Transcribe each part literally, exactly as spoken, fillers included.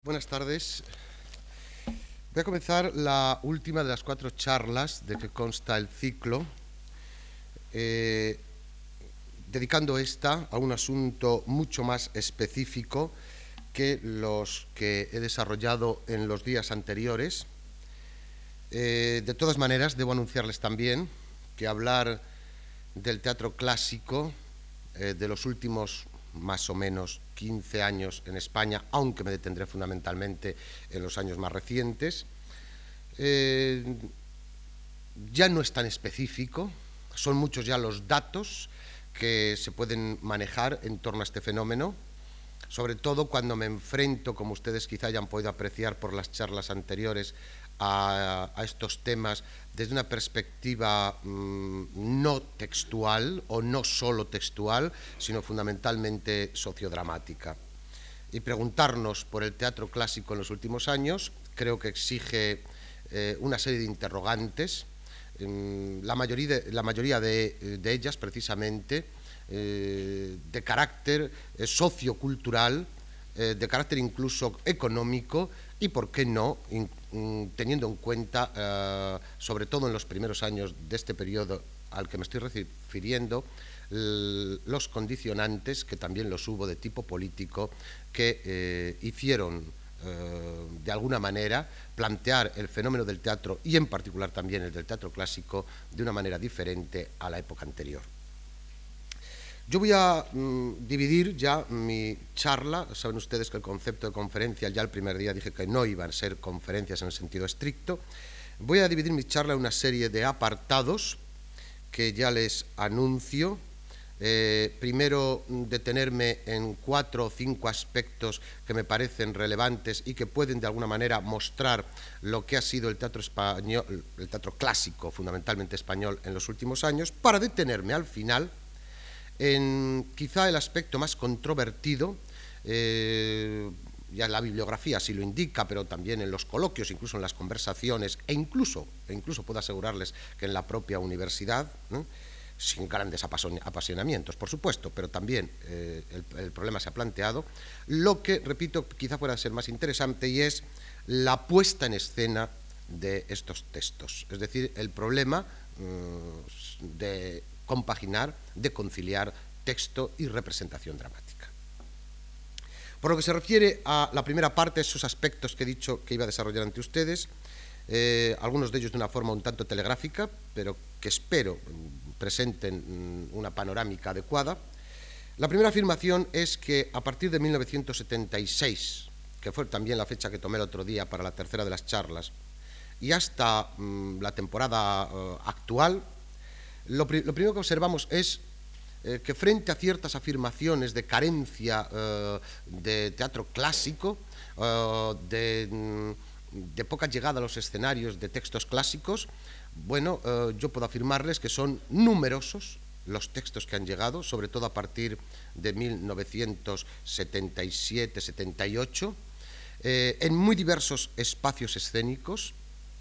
Buenas tardes. Voy a comenzar la última de las cuatro charlas de que consta el ciclo, eh, dedicando esta a un asunto mucho más específico que los que he desarrollado en los días anteriores. Eh, de todas maneras, debo anunciarles también que hablar del teatro clásico eh, de los últimos más o menos quince años en España, aunque me detendré fundamentalmente en los años más recientes, eh, ya no es tan específico, son muchos ya los datos que se pueden manejar en torno a este fenómeno, sobre todo cuando me enfrento, como ustedes quizá hayan podido apreciar por las charlas anteriores, a, a estos temas desde una perspectiva mmm, no textual o no solo textual, sino fundamentalmente sociodramática. Y preguntarnos por el teatro clásico en los últimos años creo que exige eh, una serie de interrogantes, eh, la mayoría de, la mayoría de, de ellas precisamente eh, de carácter eh, sociocultural, eh, de carácter incluso económico y, por qué no, in, teniendo en cuenta, eh, sobre todo en los primeros años de este periodo al que me estoy refiriendo, los condicionantes, que también los hubo de tipo político, que eh, hicieron eh, de alguna manera plantear el fenómeno del teatro, y en particular también el del teatro clásico, de una manera diferente a la época anterior. Yo voy a mm, dividir ya mi charla. Saben ustedes que el concepto de conferencia, ya el primer día dije que no iban a ser conferencias en el sentido estricto. Voy a dividir mi charla en una serie de apartados que ya les anuncio. Eh, primero, detenerme en cuatro o cinco aspectos que me parecen relevantes y que pueden de alguna manera mostrar lo que ha sido el teatro español, el teatro clásico, fundamentalmente español, en los últimos años, para detenerme al final en quizá el aspecto más controvertido, eh, ya la bibliografía sí lo indica, pero también en los coloquios, incluso en las conversaciones, e incluso, e incluso puedo asegurarles que en la propia universidad, ¿no?, sin grandes apasionamientos, por supuesto, pero también eh, el, el problema se ha planteado, lo que, repito, quizá pueda ser más interesante, y es la puesta en escena de estos textos, es decir, el problema mm, de compaginar, de conciliar texto y representación dramática. Por lo que se refiere a la primera parte, esos aspectos que he dicho que iba a desarrollar ante ustedes, eh, algunos de ellos de una forma un tanto telegráfica, pero que espero presenten una panorámica adecuada. La primera afirmación es que a partir de mil novecientos setenta y seis, que fue también la fecha que tomé el otro día para la tercera de las charlas, y hasta mmm, la temporada uh, actual, Lo, pri lo primero que observamos es eh, que frente a ciertas afirmaciones de carencia eh, de teatro clásico, eh, de, de poca llegada a los escenarios de textos clásicos, bueno, eh, yo puedo afirmarles que son numerosos los textos que han llegado, sobre todo a partir de mil novecientos setenta y siete setenta y ocho, eh, en muy diversos espacios escénicos,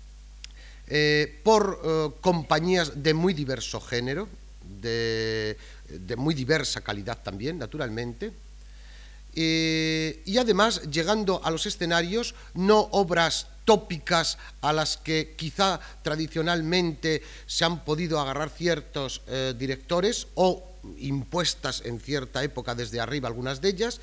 Eh, por eh, compañías de muy diverso género, de, de muy diversa calidad también, naturalmente, eh, y además llegando a los escenarios no obras tópicas a las que quizá tradicionalmente se han podido agarrar ciertos eh, directores o impuestas en cierta época desde arriba algunas de ellas,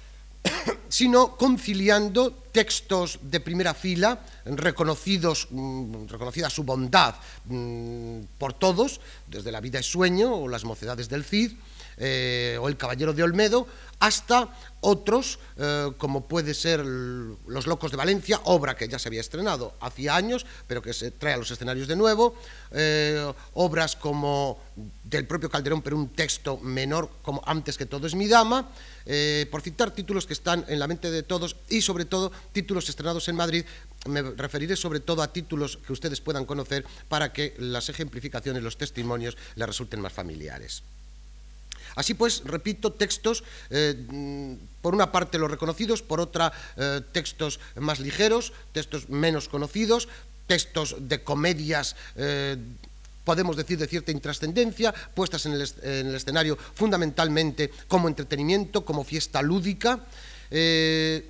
sino conciliando textos de primera fila, reconocidos, mmm, reconocida su bondad mmm, por todos, desde La vida es sueño, o Las mocedades del Cid, eh, o El caballero de Olmedo, hasta otros, eh, como puede ser Los locos de Valencia, obra que ya se había estrenado hacía años, pero que se trae a los escenarios de nuevo, eh, obras como del propio Calderón, pero un texto menor, como Antes que todo es mi dama, eh, por citar títulos que están en la mente de todos, y sobre todo títulos estrenados en Madrid. Me referiré sobre todo a títulos que ustedes puedan conocer para que las ejemplificaciones, los testimonios les resulten más familiares. Así pues, repito, textos, eh, por una parte los reconocidos, por otra eh, textos más ligeros, textos menos conocidos, textos de comedias, eh, podemos decir de cierta intrascendencia, puestas en el, en el escenario fundamentalmente como entretenimiento, como fiesta lúdica, eh,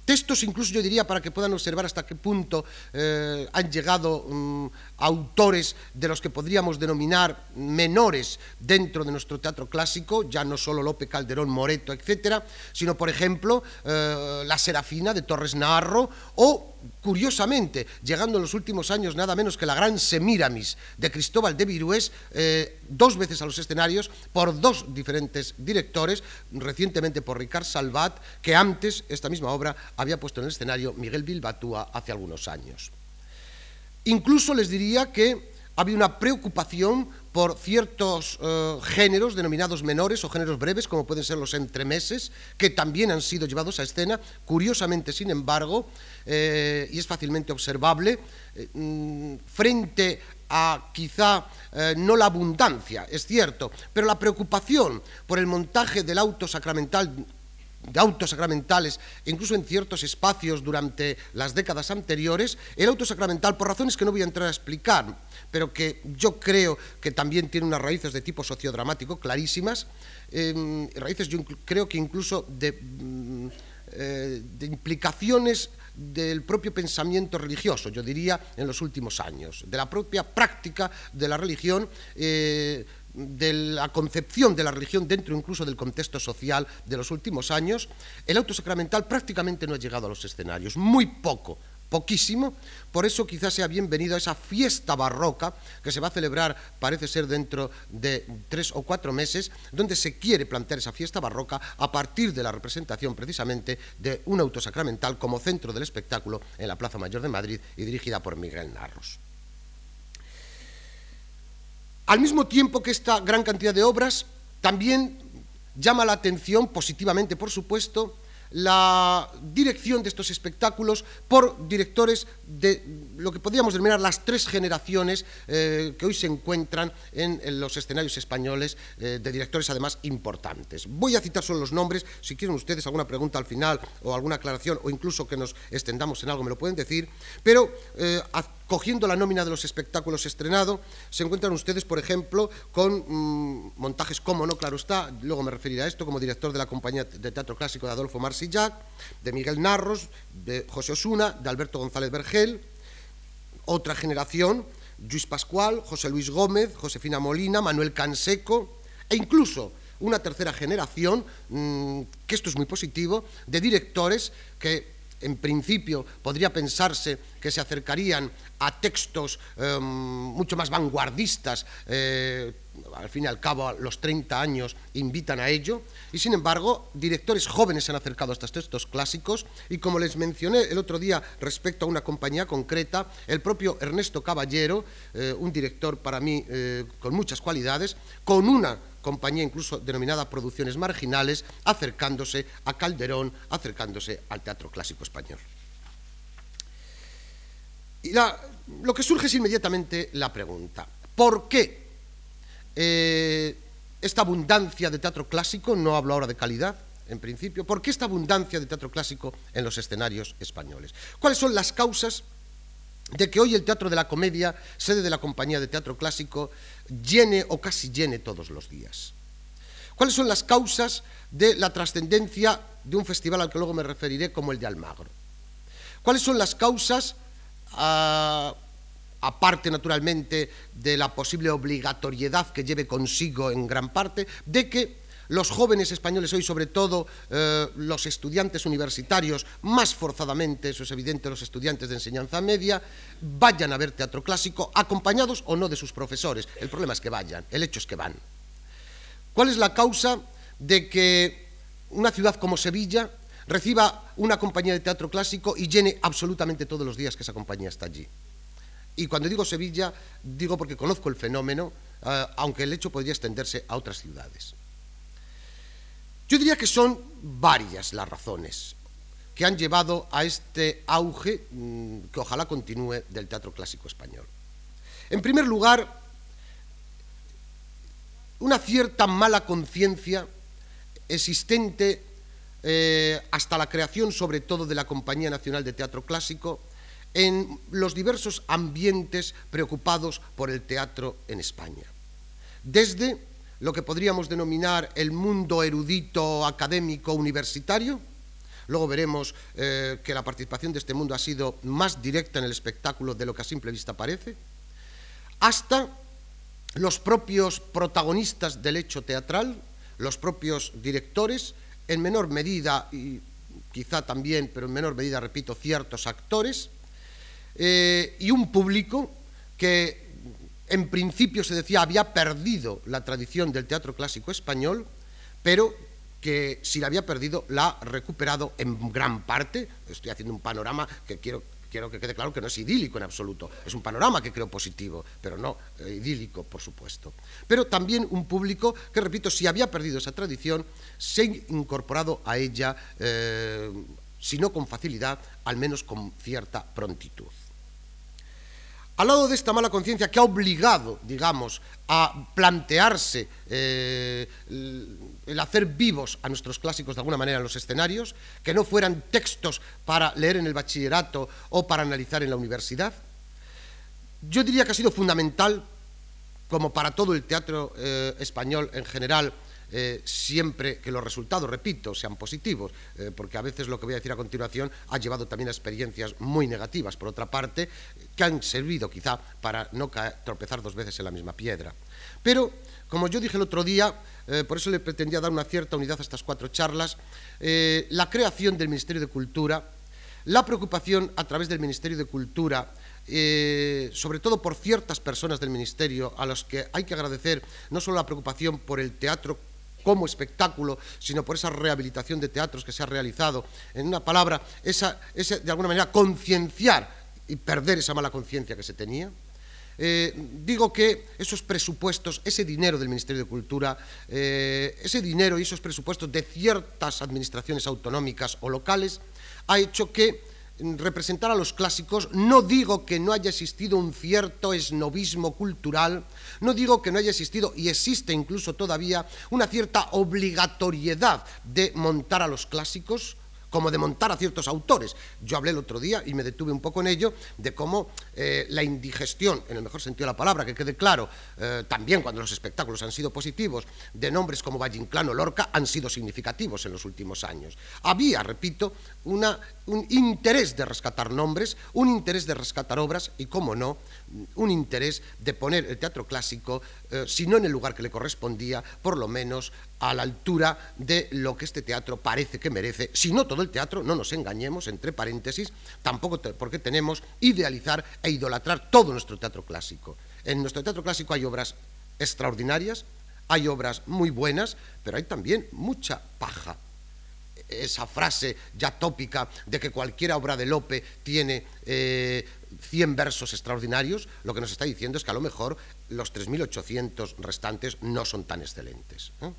Textos incluso yo diría para que puedan observar hasta qué punto eh, han llegado um, autores de los que podríamos denominar menores dentro de nuestro teatro clásico, ya no solo Lope, Calderón, Moreto, etcétera, sino por ejemplo eh, La Serafina de Torres Naharro o, curiosamente, llegando en los últimos años nada menos que la gran Semíramis de Cristóbal de Virués, eh, dos veces a los escenarios por dos diferentes directores, recientemente por Ricard Salvat, que antes esta misma obra había puesto en el escenario Miguel Bilbatúa hace algunos años. Incluso les diría que había una preocupación por ciertos eh, géneros denominados menores o géneros breves, como pueden ser los entremeses, que también han sido llevados a escena. Curiosamente, sin embargo, eh, y es fácilmente observable, eh, frente a quizá eh, no la abundancia, es cierto, pero la preocupación por el montaje del auto sacramental, de autos sacramentales, incluso en ciertos espacios durante las décadas anteriores, el auto sacramental, por razones que no voy a entrar a explicar, pero que yo creo que también tiene unas raíces de tipo sociodramático clarísimas, eh, raíces yo creo que incluso de, eh, de implicaciones del propio pensamiento religioso, yo diría, en los últimos años, de la propia práctica de la religión, eh, de la concepción de la religión dentro incluso del contexto social de los últimos años. El auto sacramental prácticamente no ha llegado a los escenarios, muy poco, poquísimo. Por eso quizás sea bienvenido a esa fiesta barroca que se va a celebrar, parece ser dentro de tres o cuatro meses, donde se quiere plantear esa fiesta barroca a partir de la representación precisamente de un auto sacramental como centro del espectáculo en la Plaza Mayor de Madrid y dirigida por Miguel Narros. Al mismo tiempo que esta gran cantidad de obras, también llama la atención, positivamente por supuesto, la dirección de estos espectáculos por directores de lo que podríamos denominar las tres generaciones eh, que hoy se encuentran en, en los escenarios españoles, eh, de directores además importantes. Voy a citar solo los nombres, si quieren ustedes alguna pregunta al final o alguna aclaración o incluso que nos extendamos en algo me lo pueden decir, pero eh, cogiendo la nómina de los espectáculos estrenados, se encuentran ustedes, por ejemplo, con mmm, montajes, como no, claro está, luego me referiré a esto, como director de la compañía de teatro clásico de Adolfo Marsillac, de Miguel Narros, de José Osuna, de Alberto González Vergel, otra generación, Lluís Pascual, José Luis Gómez, Josefina Molina, Manuel Canseco, e incluso una tercera generación, mmm, que esto es muy positivo, de directores que en principio podría pensarse que se acercarían a textos eh, mucho más vanguardistas, eh, al fin y al cabo los treinta años invitan a ello, y sin embargo directores jóvenes se han acercado a estos textos clásicos, y como les mencioné el otro día respecto a una compañía concreta, el propio Ernesto Caballero, eh, un director para mí eh, con muchas cualidades, con una compañía incluso denominada Producciones Marginales, acercándose a Calderón, acercándose al teatro clásico español. Y la, lo que surge es inmediatamente la pregunta: ¿por qué eh, esta abundancia de teatro clásico? No hablo ahora de calidad, en principio. ¿Por qué esta abundancia de teatro clásico en los escenarios españoles? ¿Cuáles son las causas de que hoy el Teatro de la Comedia, sede de la compañía de teatro clásico, llene o casi llene todos los días? ¿Cuáles son las causas de la trascendencia de un festival al que luego me referiré como el de Almagro? ¿Cuáles son las causas, uh, aparte naturalmente de la posible obligatoriedad que lleve consigo en gran parte, de que los jóvenes españoles hoy, sobre todo eh, los estudiantes universitarios, más forzadamente, eso es evidente, los estudiantes de enseñanza media, vayan a ver teatro clásico, acompañados o no de sus profesores? El problema es que vayan, el hecho es que van. ¿Cuál es la causa de que una ciudad como Sevilla reciba una compañía de teatro clásico y llene absolutamente todos los días que esa compañía está allí? Y cuando digo Sevilla, digo porque conozco el fenómeno, eh, aunque el hecho podría extenderse a otras ciudades. Yo diría que son varias las razones que han llevado a este auge, mmm, que ojalá continúe, del teatro clásico español. En primer lugar, una cierta mala conciencia existente eh, hasta la creación, sobre todo, de la Compañía Nacional de Teatro Clásico, en los diversos ambientes preocupados por el teatro en España. Desde lo que podríamos denominar el mundo erudito, académico, universitario, luego veremos eh, que la participación de este mundo ha sido más directa en el espectáculo de lo que a simple vista parece, hasta los propios protagonistas del hecho teatral, los propios directores, en menor medida, y quizá también, pero en menor medida, repito, ciertos actores, eh, y un público que en principio se decía había perdido la tradición del teatro clásico español, pero que si la había perdido la ha recuperado en gran parte. Estoy haciendo un panorama que quiero, quiero que quede claro que no es idílico en absoluto, es un panorama que creo positivo, pero no eh, idílico, por supuesto. Pero también un público que, repito, si había perdido esa tradición, se ha incorporado a ella, eh, si no con facilidad, al menos con cierta prontitud. Al lado de esta mala conciencia que ha obligado, digamos, a plantearse eh, el hacer vivos a nuestros clásicos de alguna manera en los escenarios, que no fueran textos para leer en el bachillerato o para analizar en la universidad, yo diría que ha sido fundamental, como para todo el teatro eh, español en general, Eh, siempre que los resultados, repito, sean positivos, eh, porque a veces lo que voy a decir a continuación ha llevado también a experiencias muy negativas, por otra parte, que han servido quizá para no caer, tropezar dos veces en la misma piedra. Pero, como yo dije el otro día, eh, por eso le pretendía dar una cierta unidad a estas cuatro charlas, eh, la creación del Ministerio de Cultura, la preocupación a través del Ministerio de Cultura, Eh, sobre todo por ciertas personas del Ministerio, a los que hay que agradecer no solo la preocupación por el teatro como espectáculo, sino por esa rehabilitación de teatros que se ha realizado. En una palabra, esa, esa, de alguna manera, concienciar y perder esa mala conciencia que se tenía. Eh, digo que esos presupuestos, ese dinero del Ministerio de Cultura, eh, ese dinero y esos presupuestos de ciertas administraciones autonómicas o locales, ha hecho que representar a los clásicos, no digo que no haya existido un cierto esnobismo cultural, no digo que no haya existido, y existe incluso todavía, una cierta obligatoriedad de montar a los clásicos, como de montar a ciertos autores. Yo hablé el otro día, y me detuve un poco en ello, de cómo eh, la indigestión, en el mejor sentido de la palabra, que quede claro, eh, también cuando los espectáculos han sido positivos, de nombres como Valle Inclán o Lorca, han sido significativos en los últimos años. Había, repito, una, un interés de rescatar nombres, un interés de rescatar obras, y, cómo no, un interés de poner el teatro clásico, eh, si no en el lugar que le correspondía, por lo menos a la altura de lo que este teatro parece que merece, si no todo el teatro, no nos engañemos, entre paréntesis, tampoco te, porque tenemos idealizar e idolatrar todo nuestro teatro clásico. En nuestro teatro clásico hay obras extraordinarias, hay obras muy buenas, pero hay también mucha paja. Esa frase ya tópica de que cualquier obra de Lope tiene eh, cien versos extraordinarios, lo que nos está diciendo es que a lo mejor los tres mil ochocientos restantes no son tan excelentes, ¿eh?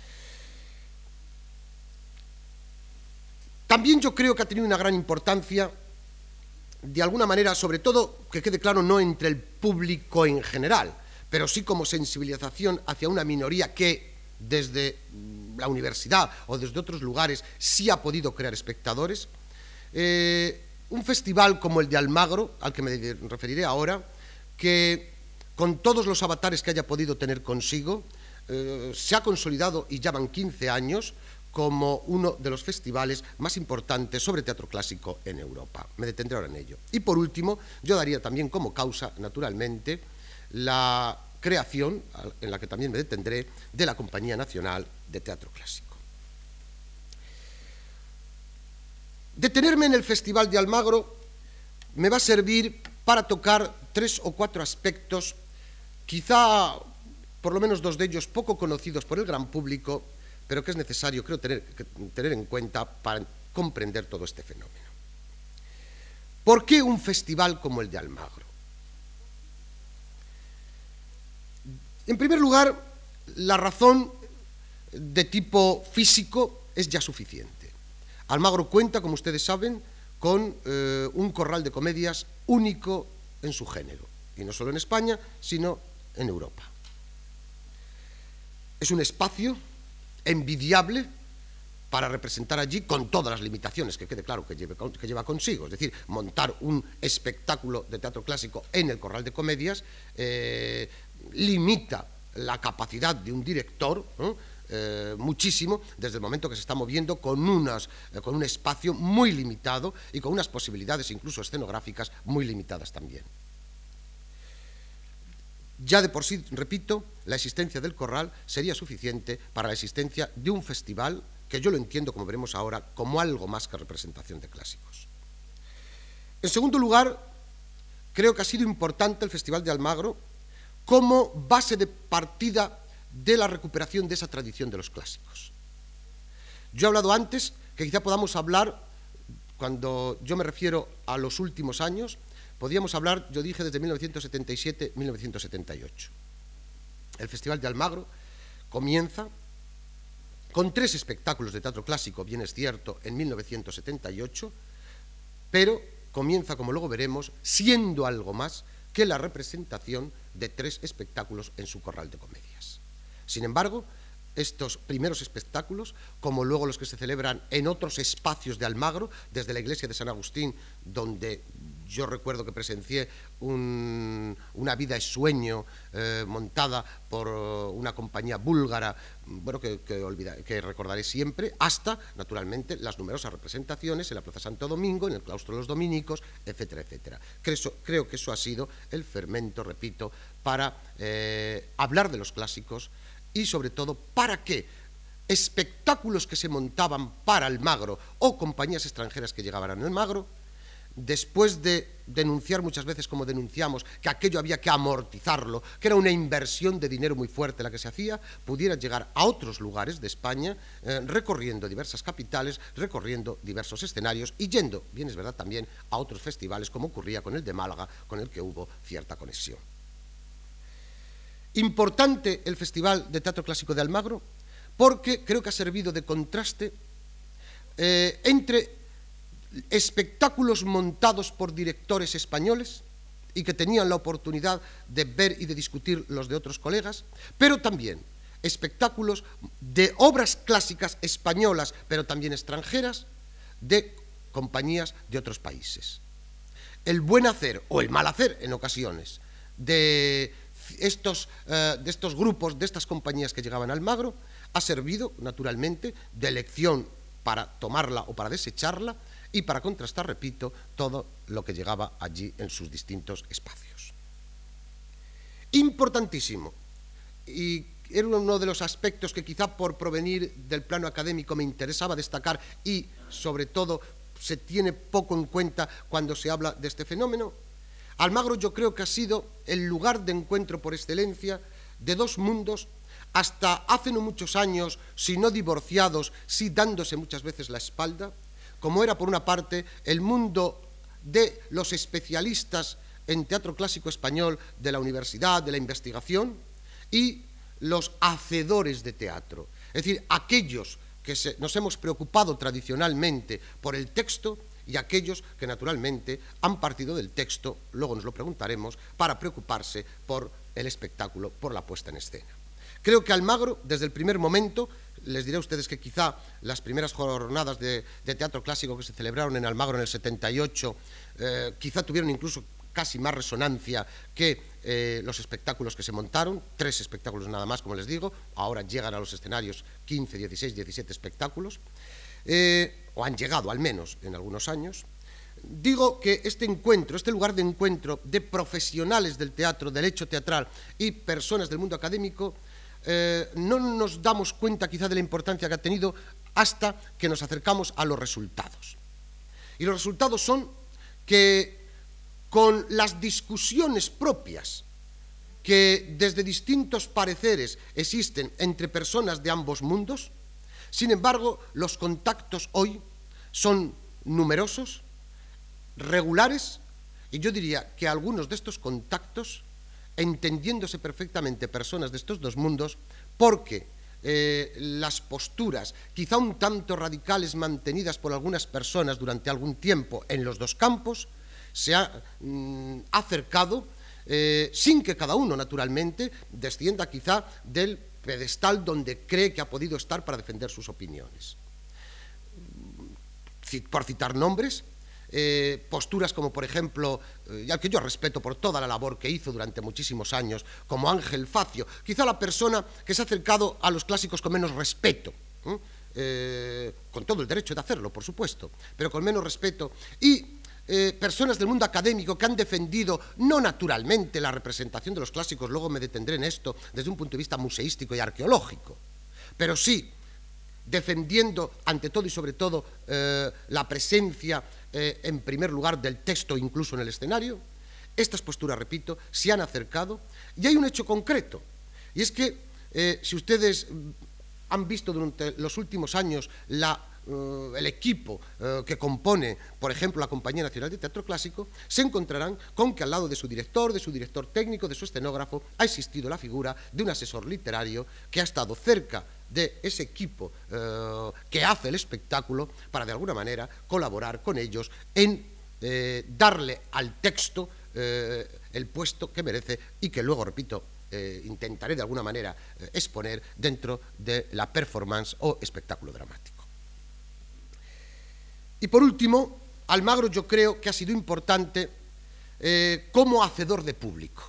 También yo creo que ha tenido una gran importancia, de alguna manera, sobre todo, que quede claro, no entre el público en general, pero sí como sensibilización hacia una minoría que desde la universidad o desde otros lugares sí ha podido crear espectadores. Eh, un festival como el de Almagro, al que me referiré ahora, que con todos los avatares que haya podido tener consigo, eh, se ha consolidado, y ya van quince años, como uno de los festivales más importantes sobre teatro clásico en Europa. Me detendré ahora en ello. Y por último, yo daría también como causa, naturalmente, la creación, en la que también me detendré, de la Compañía Nacional de Teatro Clásico. Detenerme en el Festival de Almagro me va a servir para tocar tres o cuatro aspectos, quizá por lo menos dos de ellos poco conocidos por el gran público, pero que es necesario, creo, tener, tener en cuenta para comprender todo este fenómeno. ¿Por qué un festival como el de Almagro? En primer lugar, la razón de tipo físico es ya suficiente. Almagro cuenta, como ustedes saben, con eh, un corral de comedias único en su género, y no solo en España, sino en Europa. Es un espacio envidiable para representar allí, con todas las limitaciones que quede claro que, lleve, que lleva consigo, es decir, montar un espectáculo de teatro clásico en el corral de comedias eh, limita la capacidad de un director, ¿eh? eh, muchísimo desde el momento que se está moviendo con, unas, eh, con un espacio muy limitado y con unas posibilidades incluso escenográficas muy limitadas también. Ya de por sí, repito, la existencia del corral sería suficiente para la existencia de un festival que yo lo entiendo, como veremos ahora, como algo más que representación de clásicos. En segundo lugar, creo que ha sido importante el Festival de Almagro como base de partida de la recuperación de esa tradición de los clásicos. Yo he hablado antes que quizá podamos hablar, cuando yo me refiero a los últimos años, podríamos hablar, yo dije, desde mil novecientos setenta y siete a mil novecientos setenta y ocho. El Festival de Almagro comienza con tres espectáculos de teatro clásico, bien es cierto, en mil novecientos setenta y ocho, pero comienza, como luego veremos, siendo algo más que la representación de tres espectáculos en su corral de comedias. Sin embargo, estos primeros espectáculos, como luego los que se celebran en otros espacios de Almagro, desde la iglesia de San Agustín, donde yo recuerdo que presencié un, una vida es sueño eh, montada por una compañía búlgara, bueno, que, que, olvida, que recordaré siempre, hasta, naturalmente, las numerosas representaciones en la Plaza Santo Domingo, en el claustro de los dominicos, etcétera, etcétera. Creo, creo que eso ha sido el fermento, repito, para eh, hablar de los clásicos y, sobre todo, para que espectáculos que se montaban para Almagro o compañías extranjeras que llegaban a Almagro, después de denunciar muchas veces, como denunciamos, que aquello había que amortizarlo, que era una inversión de dinero muy fuerte la que se hacía, pudieran llegar a otros lugares de España, eh, recorriendo diversas capitales, recorriendo diversos escenarios y yendo, bien es verdad, también a otros festivales, como ocurría con el de Málaga, con el que hubo cierta conexión. Importante el Festival de Teatro Clásico de Almagro, porque creo que ha servido de contraste eh, entre espectáculos montados por directores españoles y que tenían la oportunidad de ver y de discutir los de otros colegas, pero también espectáculos de obras clásicas españolas, pero también extranjeras, de compañías de otros países. El buen hacer o el mal hacer en ocasiones de estos, eh, de estos grupos, de estas compañías que llegaban a Almagro, ha servido naturalmente de lección para tomarla o para desecharla, y para contrastar, repito, todo lo que llegaba allí en sus distintos espacios. Importantísimo, y era uno de los aspectos que quizá por provenir del plano académico me interesaba destacar y, sobre todo, se tiene poco en cuenta cuando se habla de este fenómeno. Almagro yo creo que ha sido el lugar de encuentro por excelencia de dos mundos, hasta hace no muchos años, si no divorciados, sí dándose muchas veces la espalda, como era por una parte el mundo de los especialistas en teatro clásico español de la universidad, de la investigación, y los hacedores de teatro, es decir, aquellos que se, nos hemos preocupado tradicionalmente por el texto y aquellos que naturalmente han partido del texto, luego nos lo preguntaremos, para preocuparse por el espectáculo, por la puesta en escena. Creo que Almagro, desde el primer momento, les diré a ustedes que quizá las primeras jornadas de, de teatro clásico que se celebraron en Almagro en el setenta y ocho, eh, quizá tuvieron incluso casi más resonancia que eh, los espectáculos que se montaron, tres espectáculos nada más, como les digo, ahora llegan a los escenarios quince, dieciséis, diecisiete espectáculos, eh, o han llegado al menos en algunos años. Digo que este encuentro, este lugar de encuentro de profesionales del teatro, del hecho teatral y personas del mundo académico, Eh, no nos damos cuenta quizá de la importancia que ha tenido hasta que nos acercamos a los resultados. Y los resultados son que con las discusiones propias que desde distintos pareceres existen entre personas de ambos mundos, sin embargo, los contactos hoy son numerosos, regulares, y yo diría que algunos de estos contactos, entendiéndose perfectamente personas de estos dos mundos, porque eh, las posturas, quizá un tanto radicales mantenidas por algunas personas durante algún tiempo en los dos campos, se ha mm, acercado, eh, sin que cada uno, naturalmente, descienda quizá del pedestal donde cree que ha podido estar para defender sus opiniones. Por citar nombres, eh, posturas como, por ejemplo, eh, al que yo respeto por toda la labor que hizo durante muchísimos años, como Ángel Facio, quizá la persona que se ha acercado a los clásicos con menos respeto, ¿eh? Eh, con todo el derecho de hacerlo, por supuesto, pero con menos respeto, y eh, personas del mundo académico que han defendido, no naturalmente, la representación de los clásicos, luego me detendré en esto, desde un punto de vista museístico y arqueológico, pero sí defendiendo ante todo y sobre todo eh, la presencia eh, en primer lugar del texto incluso en el escenario. Estas posturas, repito, se han acercado y hay un hecho concreto, y es que eh, si ustedes han visto durante los últimos años la, eh, el equipo eh, que compone, por ejemplo, la Compañía Nacional de Teatro Clásico, se encontrarán con que al lado de su director, de su director técnico, de su escenógrafo, ha existido la figura de un asesor literario que ha estado cerca de ese equipo eh, que hace el espectáculo para, de alguna manera, colaborar con ellos en eh, darle al texto eh, el puesto que merece y que luego, repito, eh, intentaré de alguna manera eh, exponer dentro de la performance o espectáculo dramático. Y por último, Almagro yo creo que ha sido importante eh, como hacedor de público.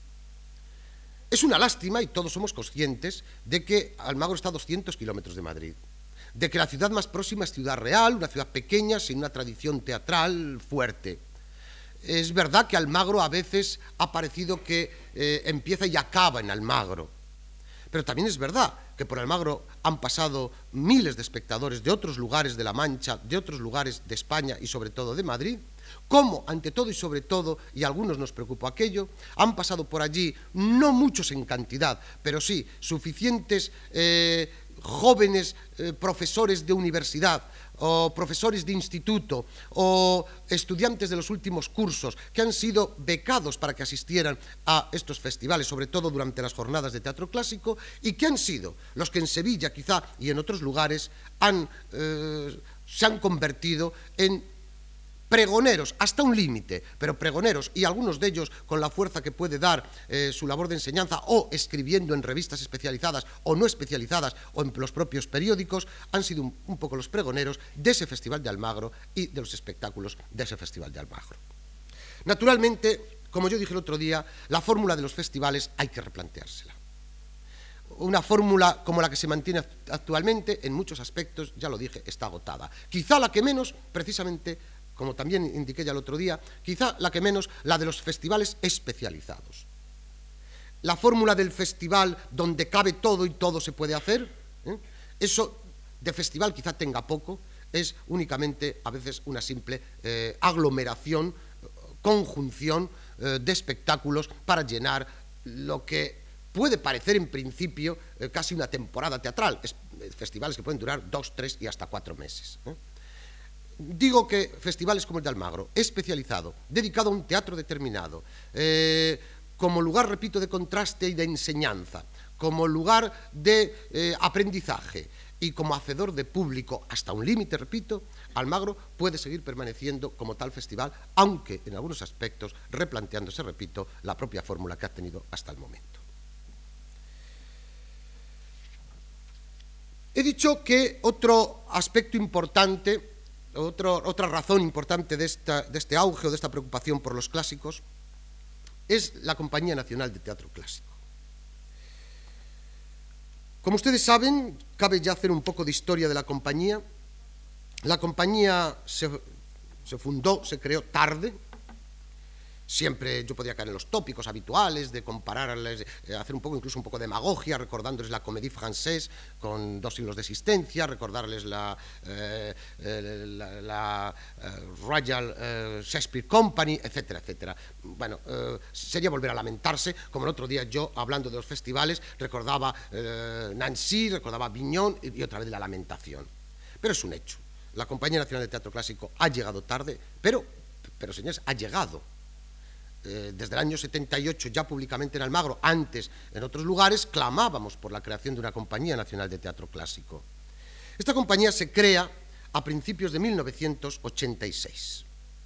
Es una lástima, y todos somos conscientes, de que Almagro está a doscientos kilómetros de Madrid, de que la ciudad más próxima es Ciudad Real, una ciudad pequeña, sin una tradición teatral fuerte. Es verdad que Almagro a veces ha parecido que eh, empieza y acaba en Almagro, pero también es verdad que por Almagro han pasado miles de espectadores de otros lugares de La Mancha, de otros lugares de España y sobre todo de Madrid, como ante todo y sobre todo, y a algunos nos preocupó aquello, han pasado por allí, no muchos en cantidad, pero sí suficientes eh, jóvenes eh, profesores de universidad, o profesores de instituto, o estudiantes de los últimos cursos que han sido becados para que asistieran a estos festivales, sobre todo durante las jornadas de teatro clásico, y que han sido los que en Sevilla quizá y en otros lugares han, eh, se han convertido en pregoneros, hasta un límite, pero pregoneros, y algunos de ellos con la fuerza que puede dar eh, su labor de enseñanza, o escribiendo en revistas especializadas o no especializadas, o en los propios periódicos, han sido un, un poco los pregoneros de ese Festival de Almagro y de los espectáculos de ese Festival de Almagro. Naturalmente, como yo dije el otro día, la fórmula de los festivales hay que replanteársela. Una fórmula como la que se mantiene actualmente, en muchos aspectos, ya lo dije, está agotada. Quizá la que menos, precisamente, como también indiqué ya el otro día, quizá la que menos, la de los festivales especializados. La fórmula del festival donde cabe todo y todo se puede hacer, ¿eh? Eso de festival quizá tenga poco, es únicamente a veces una simple eh, aglomeración, conjunción eh, de espectáculos para llenar lo que puede parecer en principio eh, casi una temporada teatral, es, eh, festivales que pueden durar dos, tres y hasta cuatro meses. ¿eh? Digo que festivales como el de Almagro, especializado, dedicado a un teatro determinado, eh, como lugar, repito, de contraste y de enseñanza, como lugar de eh, aprendizaje y como hacedor de público hasta un límite, repito, Almagro puede seguir permaneciendo como tal festival, aunque en algunos aspectos replanteándose, repito, la propia fórmula que ha tenido hasta el momento. He dicho que otro aspecto importante, otro, otra razón importante de, esta, de este auge o de esta preocupación por los clásicos es la Compañía Nacional de Teatro Clásico. Como ustedes saben, cabe ya hacer un poco de historia de la compañía. La compañía se, se fundó, se creó tarde. Siempre yo podía caer en los tópicos habituales de compararles, eh, hacer un poco, incluso un poco de demagogia, recordándoles la Comédie Française con dos siglos de existencia, recordarles la, eh, eh, la, la eh, Royal eh, Shakespeare Company, etcétera, etcétera. Bueno, eh, sería volver a lamentarse, como el otro día yo, hablando de los festivales, recordaba eh, Nancy, recordaba Vignon y, y otra vez la lamentación. Pero es un hecho. La Compañía Nacional de Teatro Clásico ha llegado tarde, pero, pero señores, ha llegado. Eh, desde el año setenta y ocho, ya públicamente en Almagro, antes en otros lugares, clamábamos por la creación de una Compañía Nacional de Teatro Clásico. Esta compañía se crea a principios de mil novecientos ochenta y seis.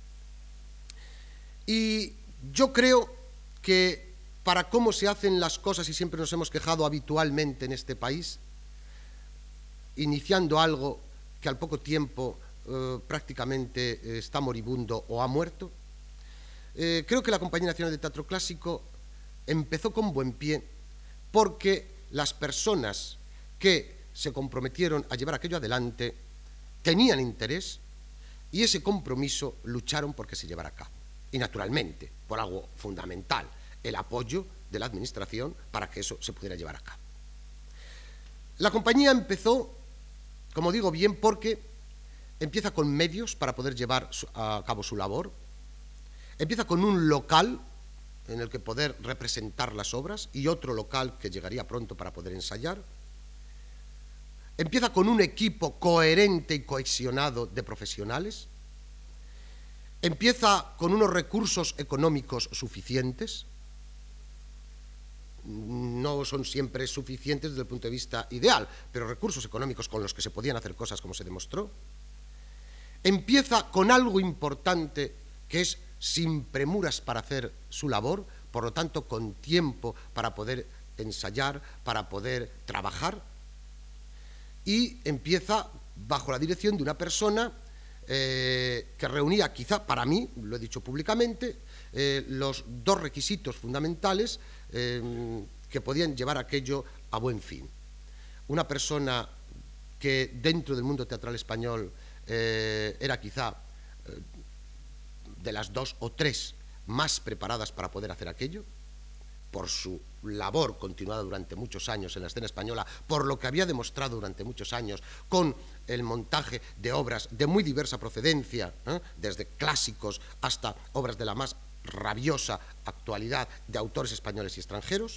Y yo creo que para cómo se hacen las cosas, y siempre nos hemos quejado habitualmente en este país, iniciando algo que al poco tiempo eh, prácticamente eh, está moribundo o ha muerto. Eh, creo que la Compañía Nacional de Teatro Clásico empezó con buen pie porque las personas que se comprometieron a llevar aquello adelante tenían interés y ese compromiso lucharon porque se llevara a cabo. Y naturalmente, por algo fundamental, el apoyo de la Administración para que eso se pudiera llevar a cabo. La compañía empezó, como digo bien, porque empieza con medios para poder llevar a cabo su labor, empieza con un local en el que poder representar las obras y otro local que llegaría pronto para poder ensayar, empieza con un equipo coherente y cohesionado de profesionales, empieza con unos recursos económicos suficientes. No son siempre suficientes desde el punto de vista ideal, pero recursos económicos con los que se podían hacer cosas como se demostró. Empieza con algo importante que es sin premuras para hacer su labor, por lo tanto con tiempo para poder ensayar, para poder trabajar, y empieza bajo la dirección de una persona eh, que reunía quizá, para mí, lo he dicho públicamente, eh, los dos requisitos fundamentales eh, que podían llevar aquello a buen fin. Una persona que dentro del mundo teatral español eh, era quizá eh, de las dos o tres más preparadas para poder hacer aquello, por su labor continuada durante muchos años en la escena española, por lo que había demostrado durante muchos años con el montaje de obras de muy diversa procedencia, ¿eh? desde clásicos hasta obras de la más rabiosa actualidad de autores españoles y extranjeros,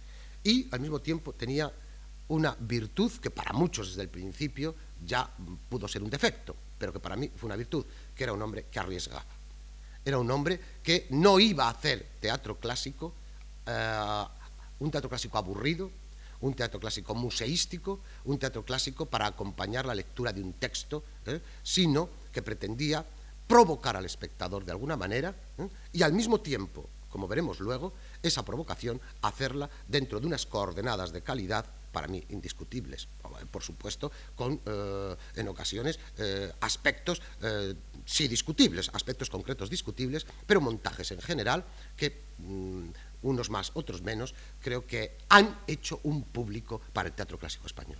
y al mismo tiempo tenía una virtud que para muchos desde el principio ya pudo ser un defecto, pero que para mí fue una virtud, que era un hombre que arriesgaba. Era un hombre que no iba a hacer teatro clásico, Uh, un teatro clásico aburrido, un teatro clásico museístico, un teatro clásico para acompañar la lectura de un texto, ¿eh? sino que pretendía provocar al espectador de alguna manera ¿eh? y al mismo tiempo, como veremos luego, esa provocación hacerla dentro de unas coordenadas de calidad para mí indiscutibles, por supuesto, con eh, en ocasiones eh, aspectos eh, sí discutibles, aspectos concretos discutibles, pero montajes en general que mm, unos más, otros menos, creo que han hecho un público para el teatro clásico español.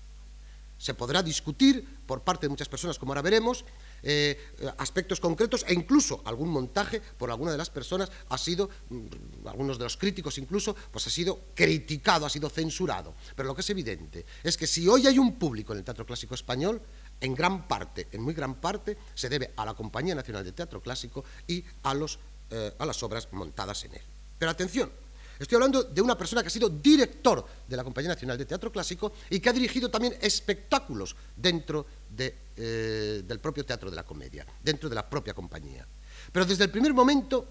Se podrá discutir por parte de muchas personas, como ahora veremos, eh, aspectos concretos e incluso algún montaje por alguna de las personas ha sido, algunos de los críticos incluso, pues ha sido criticado, ha sido censurado. Pero lo que es evidente es que si hoy hay un público en el teatro clásico español, en gran parte, en muy gran parte, se debe a la Compañía Nacional de Teatro Clásico y a, los, eh, a las obras montadas en él. Pero atención, estoy hablando de una persona que ha sido director de la Compañía Nacional de Teatro Clásico y que ha dirigido también espectáculos dentro de, eh, del propio Teatro de la Comedia, dentro de la propia compañía. Pero desde el primer momento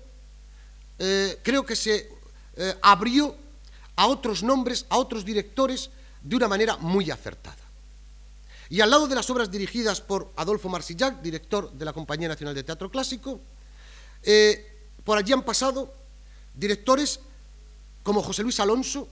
eh, creo que se eh, abrió a otros nombres, a otros directores, de una manera muy acertada. Y al lado de las obras dirigidas por Adolfo Marsillac, director de la Compañía Nacional de Teatro Clásico, eh, por allí han pasado directores como José Luis Alonso,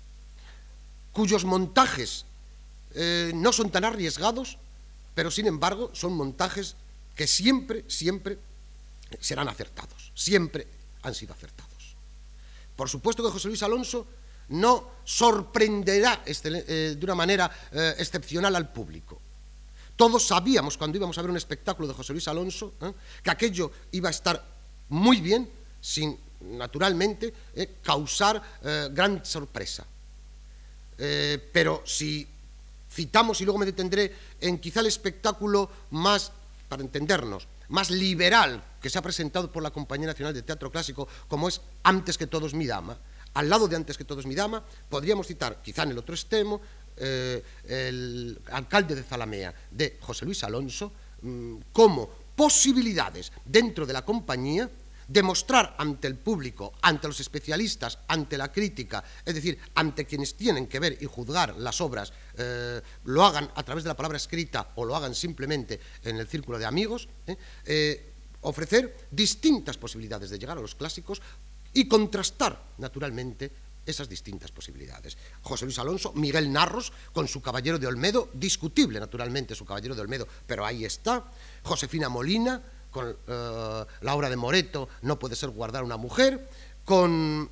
cuyos montajes eh, no son tan arriesgados, pero sin embargo son montajes que siempre, siempre serán acertados, siempre han sido acertados. Por supuesto que José Luis Alonso no sorprenderá eh, de una manera eh, excepcional al público. Todos sabíamos cuando íbamos a ver un espectáculo de José Luis Alonso eh, que aquello iba a estar muy bien, sin naturalmente eh, causar eh, gran sorpresa. Eh, pero si citamos, y luego me detendré en quizá el espectáculo más, para entendernos, más liberal que se ha presentado por la Compañía Nacional de Teatro Clásico, como es Antes que todos mi dama, al lado de Antes que todos mi dama, podríamos citar, quizá en el otro extremo, eh, el Alcalde de Zalamea, de José Luis Alonso, mmm, como posibilidades dentro de la compañía demostrar ante el público, ante los especialistas, ante la crítica, es decir, ante quienes tienen que ver y juzgar las obras, eh, lo hagan a través de la palabra escrita o lo hagan simplemente en el círculo de amigos, eh, eh, ofrecer distintas posibilidades de llegar a los clásicos y contrastar, naturalmente, esas distintas posibilidades. José Luis Alonso, Miguel Narros, con su Caballero de Olmedo, discutible naturalmente su Caballero de Olmedo, pero ahí está. Josefina Molina, con eh, la obra de Moreto, No puede ser guardar una mujer, con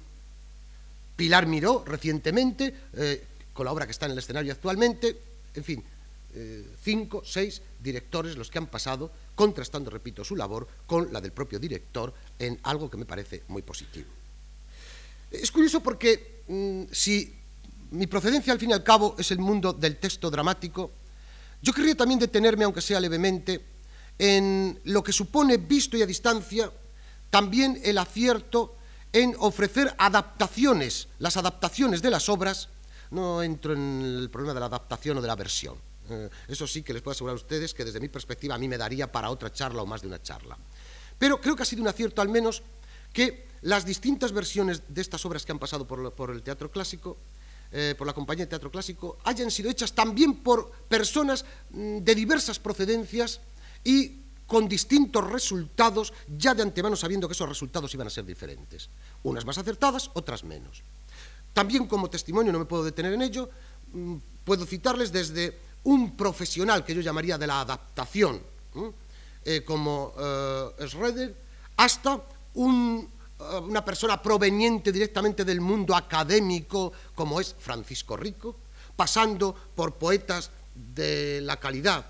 Pilar Miró, recientemente, eh, con la obra que está en el escenario actualmente, en fin, eh, cinco, seis directores los que han pasado, contrastando, repito, su labor con la del propio director en algo que me parece muy positivo. Es curioso porque mmm, si mi procedencia al fin y al cabo es el mundo del texto dramático, yo querría también detenerme, aunque sea levemente, en lo que supone, visto y a distancia, también el acierto en ofrecer adaptaciones, las adaptaciones de las obras. No entro en el problema de la adaptación o de la versión. Eh, eso sí que les puedo asegurar a ustedes que desde mi perspectiva a mí me daría para otra charla o más de una charla. Pero creo que ha sido un acierto al menos que las distintas versiones de estas obras que han pasado por, por el teatro clásico, eh, por la compañía de teatro clásico, hayan sido hechas también por personas mmm, de diversas procedencias y con distintos resultados, ya de antemano sabiendo que esos resultados iban a ser diferentes. Unas más acertadas, otras menos. También como testimonio, no me puedo detener en ello, mmm, puedo citarles desde un profesional que yo llamaría de la adaptación, eh, como eh, Schroeder, hasta un, uh, una persona proveniente directamente del mundo académico, como es Francisco Rico, pasando por poetas de la calidad,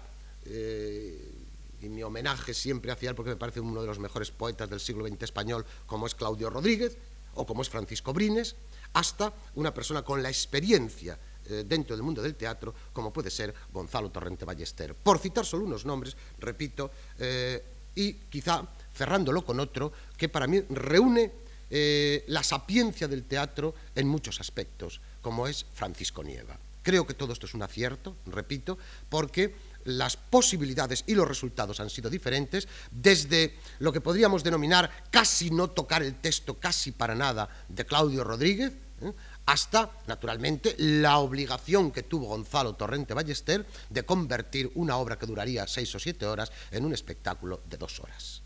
eh, y mi homenaje siempre hacia él porque me parece uno de los mejores poetas del siglo veinte español, como es Claudio Rodríguez, o como es Francisco Brines, hasta una persona con la experiencia eh, dentro del mundo del teatro, como puede ser Gonzalo Torrente Ballester. Por citar solo unos nombres, repito, eh, y quizá cerrándolo con otro, que para mí reúne eh, la sapiencia del teatro en muchos aspectos, como es Francisco Nieva. Creo que todo esto es un acierto, repito, porque las posibilidades y los resultados han sido diferentes, desde lo que podríamos denominar casi no tocar el texto, casi para nada, de Claudio Rodríguez, ¿eh? hasta, naturalmente, la obligación que tuvo Gonzalo Torrente Ballester de convertir una obra que duraría seis o siete horas en un espectáculo de dos horas.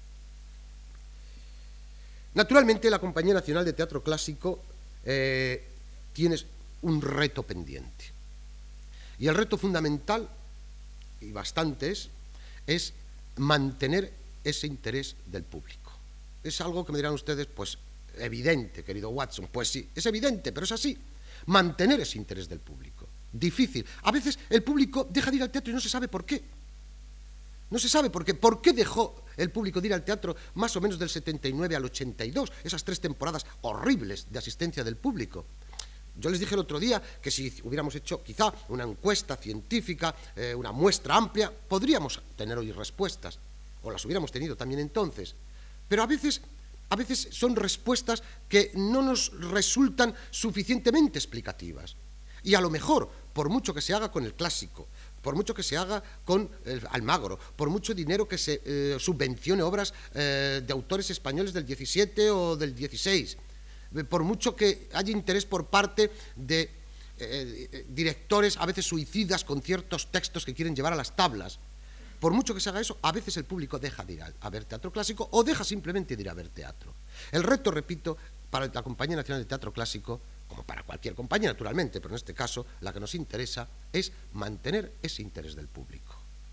Naturalmente, la Compañía Nacional de Teatro Clásico eh, tiene un reto pendiente. Y el reto fundamental, y bastantes, es mantener ese interés del público. Es algo que me dirán ustedes, pues, evidente, querido Watson. Pues sí, es evidente, pero es así. Mantener ese interés del público. Difícil. A veces el público deja de ir al teatro y no se sabe por qué. No se sabe por qué. ¿Por qué dejó el público de ir al teatro más o menos del setenta y nueve al ochenta y dos? Esas tres temporadas horribles de asistencia del público. Yo les dije el otro día que si hubiéramos hecho quizá una encuesta científica, eh, una muestra amplia, podríamos tener hoy respuestas, o las hubiéramos tenido también entonces. Pero a veces, a veces son respuestas que no nos resultan suficientemente explicativas. Y a lo mejor, por mucho que se haga con el clásico, por mucho que se haga con el Almagro, por mucho dinero que se eh, subvencione obras eh, de autores españoles del diecisiete o del dieciséis, por mucho que haya interés por parte de eh, directores a veces suicidas con ciertos textos que quieren llevar a las tablas, por mucho que se haga eso, a veces el público deja de ir a, a ver teatro clásico o deja simplemente de ir a ver teatro. El reto, repito, para la Compañía Nacional de Teatro Clásico, como para cualquier compañía naturalmente, pero en este caso la que nos interesa es mantener ese interés del público.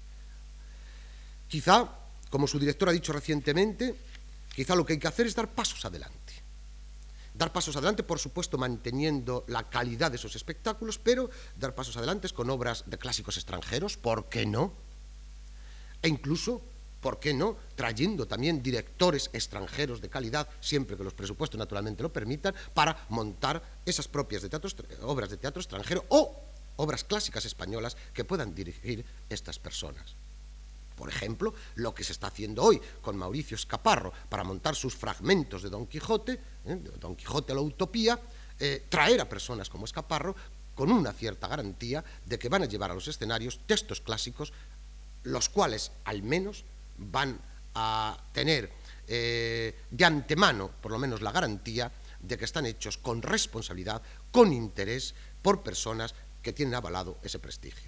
Quizá, como su director ha dicho recientemente, quizá lo que hay que hacer es dar pasos adelante. Dar pasos adelante, por supuesto, manteniendo la calidad de esos espectáculos, pero dar pasos adelante con obras de clásicos extranjeros, ¿por qué no? E incluso, ¿por qué no?, trayendo también directores extranjeros de calidad, siempre que los presupuestos naturalmente lo permitan, para montar esas propias de teatro, obras de teatro extranjero o obras clásicas españolas que puedan dirigir estas personas. Por ejemplo, lo que se está haciendo hoy con Mauricio Escaparro para montar sus fragmentos de Don Quijote, ¿eh? de Don Quijote a la Utopía, eh, traer a personas como Escaparro con una cierta garantía de que van a llevar a los escenarios textos clásicos, los cuales al menos van a tener eh, de antemano, por lo menos, la garantía de que están hechos con responsabilidad, con interés, por personas que tienen avalado ese prestigio.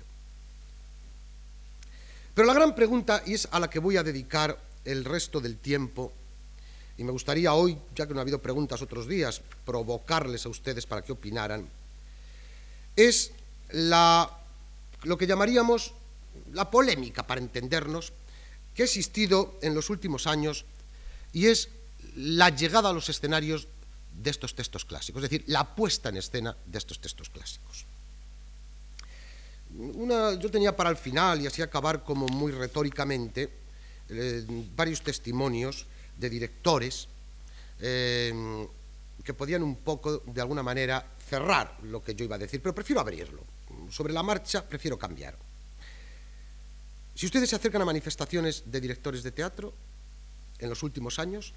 Pero la gran pregunta, y es a la que voy a dedicar el resto del tiempo, y me gustaría hoy, ya que no ha habido preguntas otros días, provocarles a ustedes para que opinaran, es la, lo que llamaríamos la polémica, para entendernos, que ha existido en los últimos años, y es la llegada a los escenarios de estos textos clásicos, es decir, la puesta en escena de estos textos clásicos. Una, yo tenía para el final, y así acabar como muy retóricamente, eh, varios testimonios de directores eh, que podían un poco, de alguna manera, cerrar lo que yo iba a decir, pero prefiero abrirlo. Sobre la marcha prefiero cambiar. Si ustedes se acercan a manifestaciones de directores de teatro en los últimos años,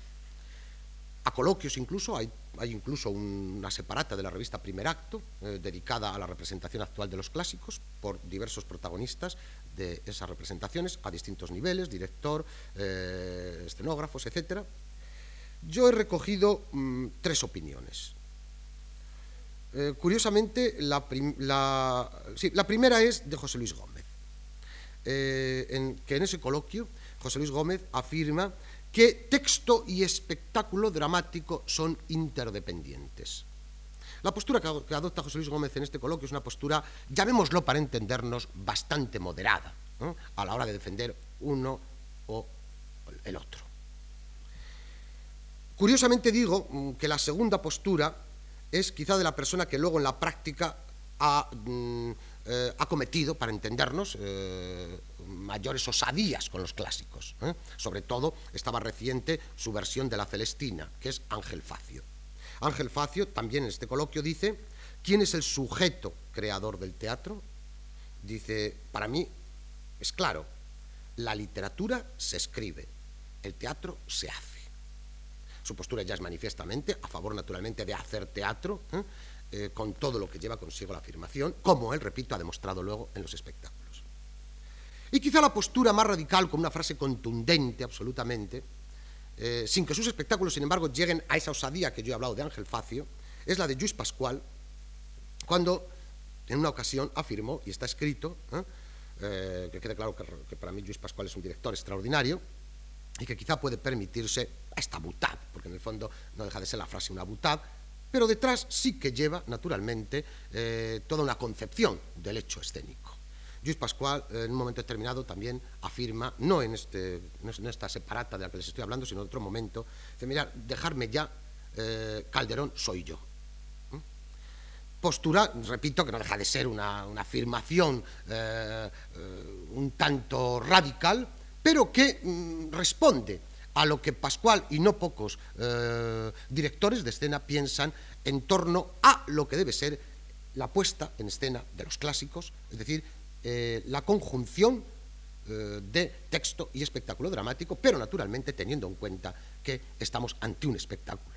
a coloquios incluso, hay, hay incluso un, una separata de la revista Primer Acto, eh, dedicada a la representación actual de los clásicos, por diversos protagonistas de esas representaciones, a distintos niveles, director, eh, escenógrafos, etcétera. Yo he recogido mmm, tres opiniones. Eh, curiosamente, la, prim la, sí, la primera es de José Luis Gómez, eh, en, que en ese coloquio José Luis Gómez afirma que texto y espectáculo dramático son interdependientes. La postura que adopta José Luis Gómez en este coloquio es una postura, llamémoslo para entendernos, bastante moderada, ¿no?, a la hora de defender uno o el otro. Curiosamente digo que la segunda postura es quizá de la persona que luego en la práctica ha, mm, eh, ha cometido, para entendernos, eh, mayores osadías con los clásicos. ¿eh? Sobre todo estaba reciente su versión de la Celestina, que es Ángel Facio. Ángel Facio también en este coloquio dice: ¿quién es el sujeto creador del teatro? Dice, para mí es claro, la literatura se escribe, el teatro se hace. Su postura ya es manifiestamente a favor, naturalmente, de hacer teatro, ¿eh? Eh, con todo lo que lleva consigo la afirmación, como él, repito, ha demostrado luego en los espectáculos. Y quizá la postura más radical, con una frase contundente absolutamente, eh, sin que sus espectáculos, sin embargo, lleguen a esa osadía que yo he hablado de Ángel Facio, es la de Lluís Pascual, cuando en una ocasión afirmó, y está escrito, ¿eh? Eh, que quede claro que, que para mí Lluís Pascual es un director extraordinario, y que quizá puede permitirse esta butad, porque en el fondo no deja de ser la frase una butad, pero detrás sí que lleva, naturalmente, eh, toda una concepción del hecho escénico. Lluís Pascual, eh, en un momento determinado, también afirma, no en, este, no en esta separata de la que les estoy hablando, sino en otro momento, dice, mirad, dejarme ya, eh, Calderón soy yo. ¿Mm? Postura, repito, que no deja de ser una, una afirmación eh, eh, un tanto radical, pero que mm, responde a lo que Pascual y no pocos eh, directores de escena piensan en torno a lo que debe ser la puesta en escena de los clásicos, es decir, eh, la conjunción eh, de texto y espectáculo dramático, pero naturalmente teniendo en cuenta que estamos ante un espectáculo.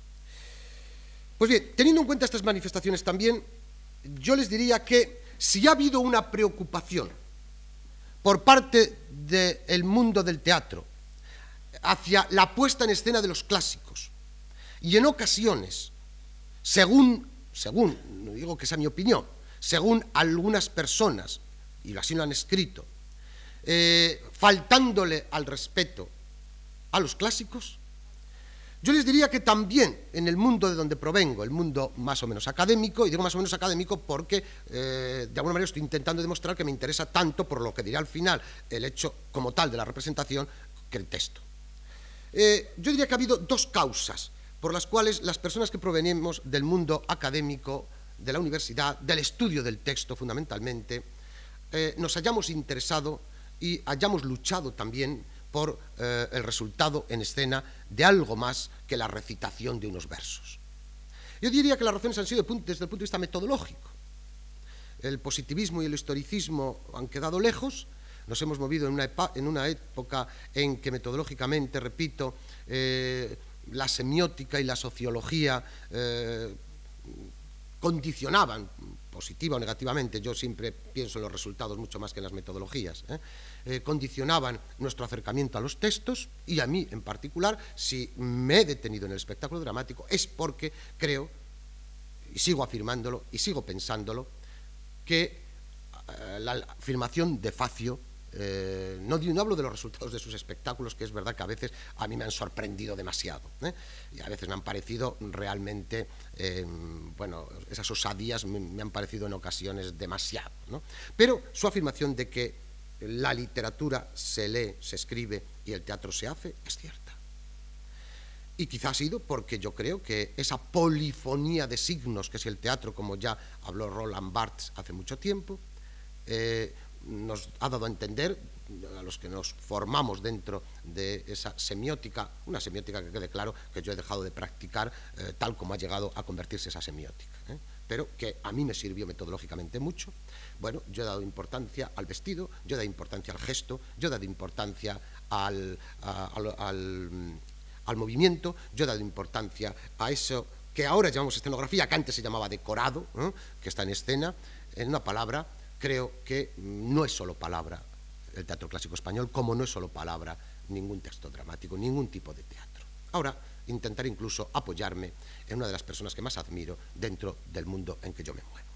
Pues bien, teniendo en cuenta estas manifestaciones también, yo les diría que si ha habido una preocupación por parte del mundo del teatro hacia la puesta en escena de los clásicos, y en ocasiones, según, según, no digo que sea mi opinión, según algunas personas, y así lo han escrito, eh, faltándole al respeto a los clásicos, yo les diría que también en el mundo de donde provengo, el mundo más o menos académico, y digo más o menos académico porque eh, de alguna manera estoy intentando demostrar que me interesa tanto, por lo que diré al final, el hecho como tal de la representación, que el texto. Eh, yo diría que ha habido dos causas por las cuales las personas que provenimos del mundo académico, de la universidad, del estudio del texto fundamentalmente, eh, nos hayamos interesado y hayamos luchado también por eh, el resultado en escena de algo más que la recitación de unos versos. Yo diría que las razones han sido desde el punto de vista metodológico. El positivismo y el historicismo han quedado lejos. Nos hemos movido en una, en una época en que metodológicamente, repito, eh, la semiótica y la sociología eh, condicionaban, positiva o negativamente, yo siempre pienso en los resultados mucho más que en las metodologías, ¿eh? Eh, condicionaban nuestro acercamiento a los textos, y a mí en particular, si me he detenido en el espectáculo dramático, es porque creo, y sigo afirmándolo, y sigo pensándolo, que eh, la afirmación de Facio Eh, no, no hablo de los resultados de sus espectáculos, que es verdad que a veces a mí me han sorprendido demasiado, ¿eh? Y a veces me han parecido realmente, eh, bueno, esas osadías me, me han parecido en ocasiones demasiado, ¿no? Pero su afirmación de que la literatura se lee, se escribe y el teatro se hace es cierta. Y quizá ha sido porque yo creo que esa polifonía de signos que es el teatro, como ya habló Roland Barthes hace mucho tiempo, eh, nos ha dado a entender, a los que nos formamos dentro de esa semiótica, una semiótica que quede claro que yo he dejado de practicar eh, tal como ha llegado a convertirse esa semiótica, ¿eh? Pero que a mí me sirvió metodológicamente mucho. Bueno, yo he dado importancia al vestido, yo he dado importancia al gesto, yo he dado importancia al, a, al, al, al movimiento, yo he dado importancia a eso que ahora llamamos escenografía, que antes se llamaba decorado, ¿eh? Que está en escena. En una palabra, creo que no es solo palabra el teatro clásico español, como no es solo palabra ningún texto dramático, ningún tipo de teatro. Ahora intentaré incluso apoyarme en una de las personas que más admiro dentro del mundo en que yo me muevo.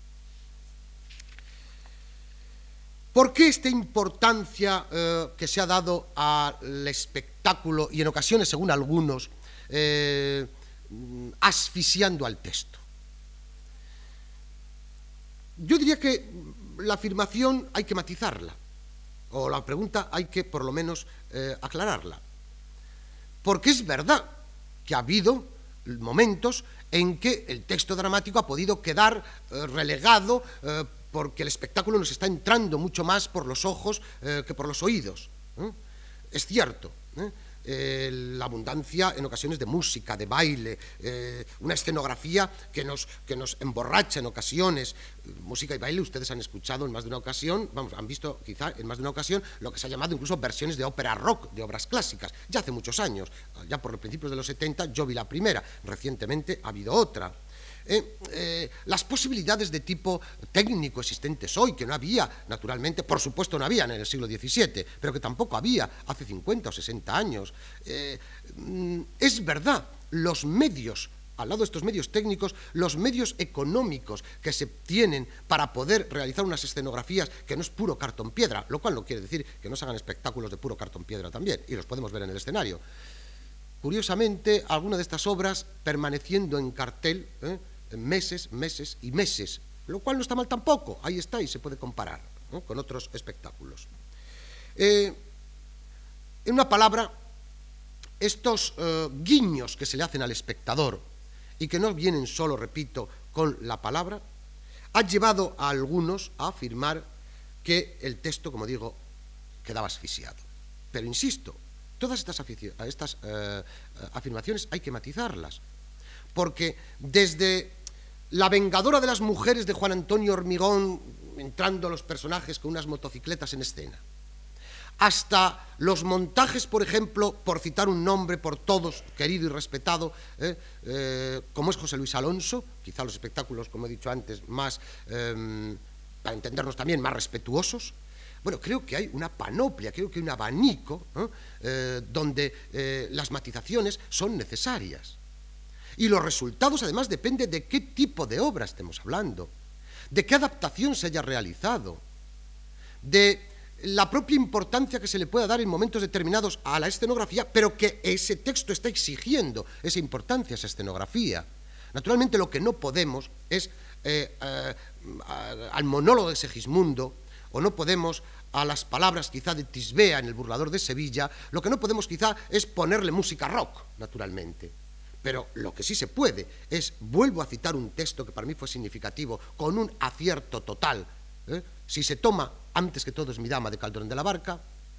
¿Por qué esta importancia eh, que se ha dado al espectáculo y en ocasiones, según algunos, eh, asfixiando al texto? Yo diría que la afirmación hay que matizarla, o la pregunta hay que por lo menos eh, aclararla, porque es verdad que ha habido momentos en que el texto dramático ha podido quedar eh, relegado eh, porque el espectáculo nos está entrando mucho más por los ojos eh, que por los oídos, ¿eh? Es cierto, ¿eh? Eh, la abundancia en ocasiones de música, de baile, eh, una escenografía que nos, que nos emborracha en ocasiones. Música y baile, ustedes han escuchado en más de una ocasión, vamos, han visto quizá en más de una ocasión lo que se ha llamado incluso versiones de ópera rock, de obras clásicas, ya hace muchos años, ya por los principios de los setenta yo vi la primera, recientemente ha habido otra. Eh, eh, las posibilidades de tipo técnico existentes hoy, que no había, naturalmente, por supuesto no habían en el siglo diecisiete, pero que tampoco había hace cincuenta o sesenta años. Eh, es verdad, los medios, al lado de estos medios técnicos, los medios económicos que se tienen para poder realizar unas escenografías que no es puro cartón piedra, lo cual no quiere decir que no se hagan espectáculos de puro cartón piedra también, y los podemos ver en el escenario. Curiosamente, alguna de estas obras permaneciendo en cartel, ¿eh? meses, meses y meses, lo cual no está mal tampoco, ahí está y se puede comparar, ¿no?, con otros espectáculos. Eh, en una palabra, estos eh, guiños que se le hacen al espectador y que no vienen solo, repito, con la palabra, han llevado a algunos a afirmar que el texto, como digo, quedaba asfixiado. Pero insisto, todas estas, estas eh, afirmaciones hay que matizarlas, porque desde La vengadora de las mujeres de Juan Antonio Hormigón, entrando los personajes con unas motocicletas en escena, hasta los montajes, por ejemplo, por citar un nombre por todos, querido y respetado, eh, eh, como es José Luis Alonso, quizá los espectáculos, como he dicho antes, más, eh, para entendernos también, más respetuosos. Bueno, creo que hay una panoplia, creo que hay un abanico, ¿eh? Eh, donde eh, las matizaciones son necesarias. Y los resultados, además, dependen de qué tipo de obra estemos hablando, de qué adaptación se haya realizado, de la propia importancia que se le pueda dar en momentos determinados a la escenografía, pero que ese texto está exigiendo esa importancia, esa escenografía. Naturalmente, lo que no podemos es, eh, eh, al monólogo de Segismundo, o no podemos a las palabras quizá de Tisbea en El burlador de Sevilla, lo que no podemos quizá es ponerle música rock, naturalmente. Pero lo que sí se puede es, vuelvo a citar un texto que para mí fue significativo, con un acierto total, ¿eh? Si se toma Antes que todo es mi dama de Calderón de la Barca,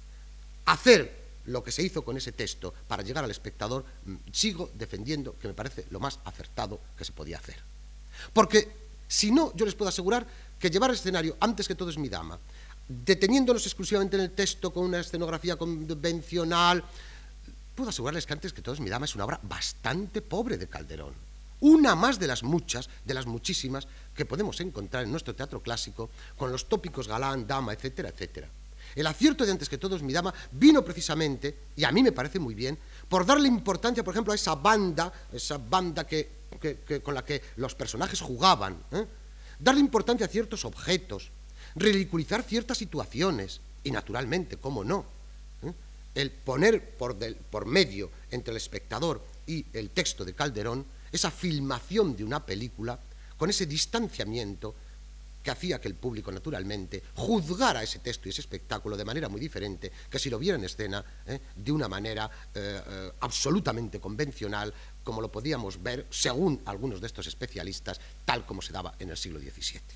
hacer lo que se hizo con ese texto para llegar al espectador, sigo defendiendo que me parece lo más acertado que se podía hacer. Porque si no, yo les puedo asegurar que llevar al escenario Antes que todo es mi dama, deteniéndonos exclusivamente en el texto con una escenografía convencional, puedo asegurarles que Antes que todo es mi dama es una obra bastante pobre de Calderón. Una más de las muchas, de las muchísimas que podemos encontrar en nuestro teatro clásico, con los tópicos galán, dama, etcétera, etcétera. El acierto de Antes que todo es mi dama vino precisamente, y a mí me parece muy bien, por darle importancia, por ejemplo, a esa banda, esa banda que, que, que, con la que los personajes jugaban, ¿eh? Darle importancia a ciertos objetos, ridiculizar ciertas situaciones, Y naturalmente, ¿cómo no? ¿Eh? El poner por, del, por medio entre el espectador y el texto de Calderón esa filmación de una película con ese distanciamiento que hacía que el público, naturalmente, juzgara ese texto y ese espectáculo de manera muy diferente que si lo viera en escena ¿eh? de una manera eh, eh, absolutamente convencional, como lo podíamos ver, según algunos de estos especialistas, tal como se daba en el siglo diecisiete.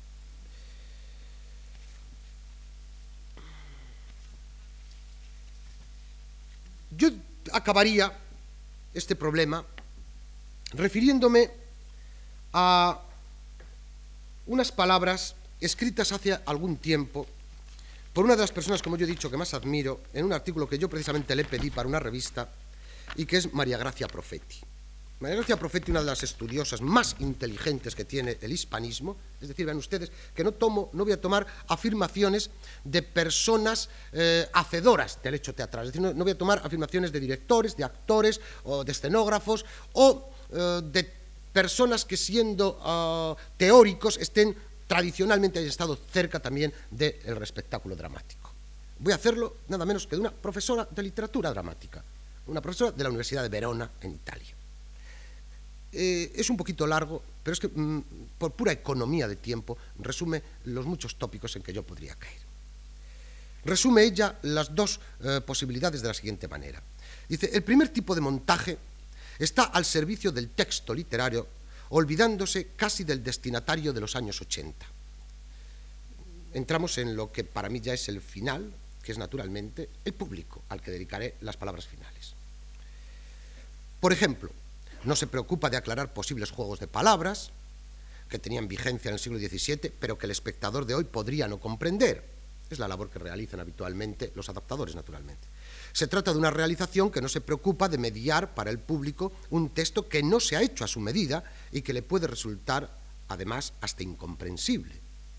Yo acabaría este problema refiriéndome a unas palabras escritas hace algún tiempo por una de las personas, como yo he dicho, que más admiro, en un artículo que yo precisamente le pedí para una revista, y que es María Gracia Profetti. María Gracia Profetti, una de las estudiosas más inteligentes que tiene el hispanismo, es decir, vean ustedes que no, tomo, no voy a tomar afirmaciones de personas eh, hacedoras del hecho teatral, es decir, no, no voy a tomar afirmaciones de directores, de actores, o de escenógrafos, o eh, de personas que siendo uh, teóricos estén tradicionalmente hayan estado cerca también del espectáculo dramático. Voy a hacerlo nada menos que de una profesora de literatura dramática, una profesora de la Universidad de Verona, en Italia. Eh, es un poquito largo, pero es que mm, por pura economía de tiempo resume los muchos tópicos en que yo podría caer. Resume ella las dos eh, posibilidades de la siguiente manera. Dice, el primer tipo de montaje está al servicio del texto literario, olvidándose casi del destinatario de los años ochenta. Entramos en lo que para mí ya es el final, que es naturalmente el público, al que dedicaré las palabras finales. Por ejemplo, no se preocupa de aclarar posibles juegos de palabras que tenían vigencia en el siglo diecisiete, pero que el espectador de hoy podría no comprender. Es la labor que realizan habitualmente los adaptadores, naturalmente. Se trata de una realización que no se preocupa de mediar para el público un texto que no se ha hecho a su medida y que le puede resultar, además, hasta incomprensible.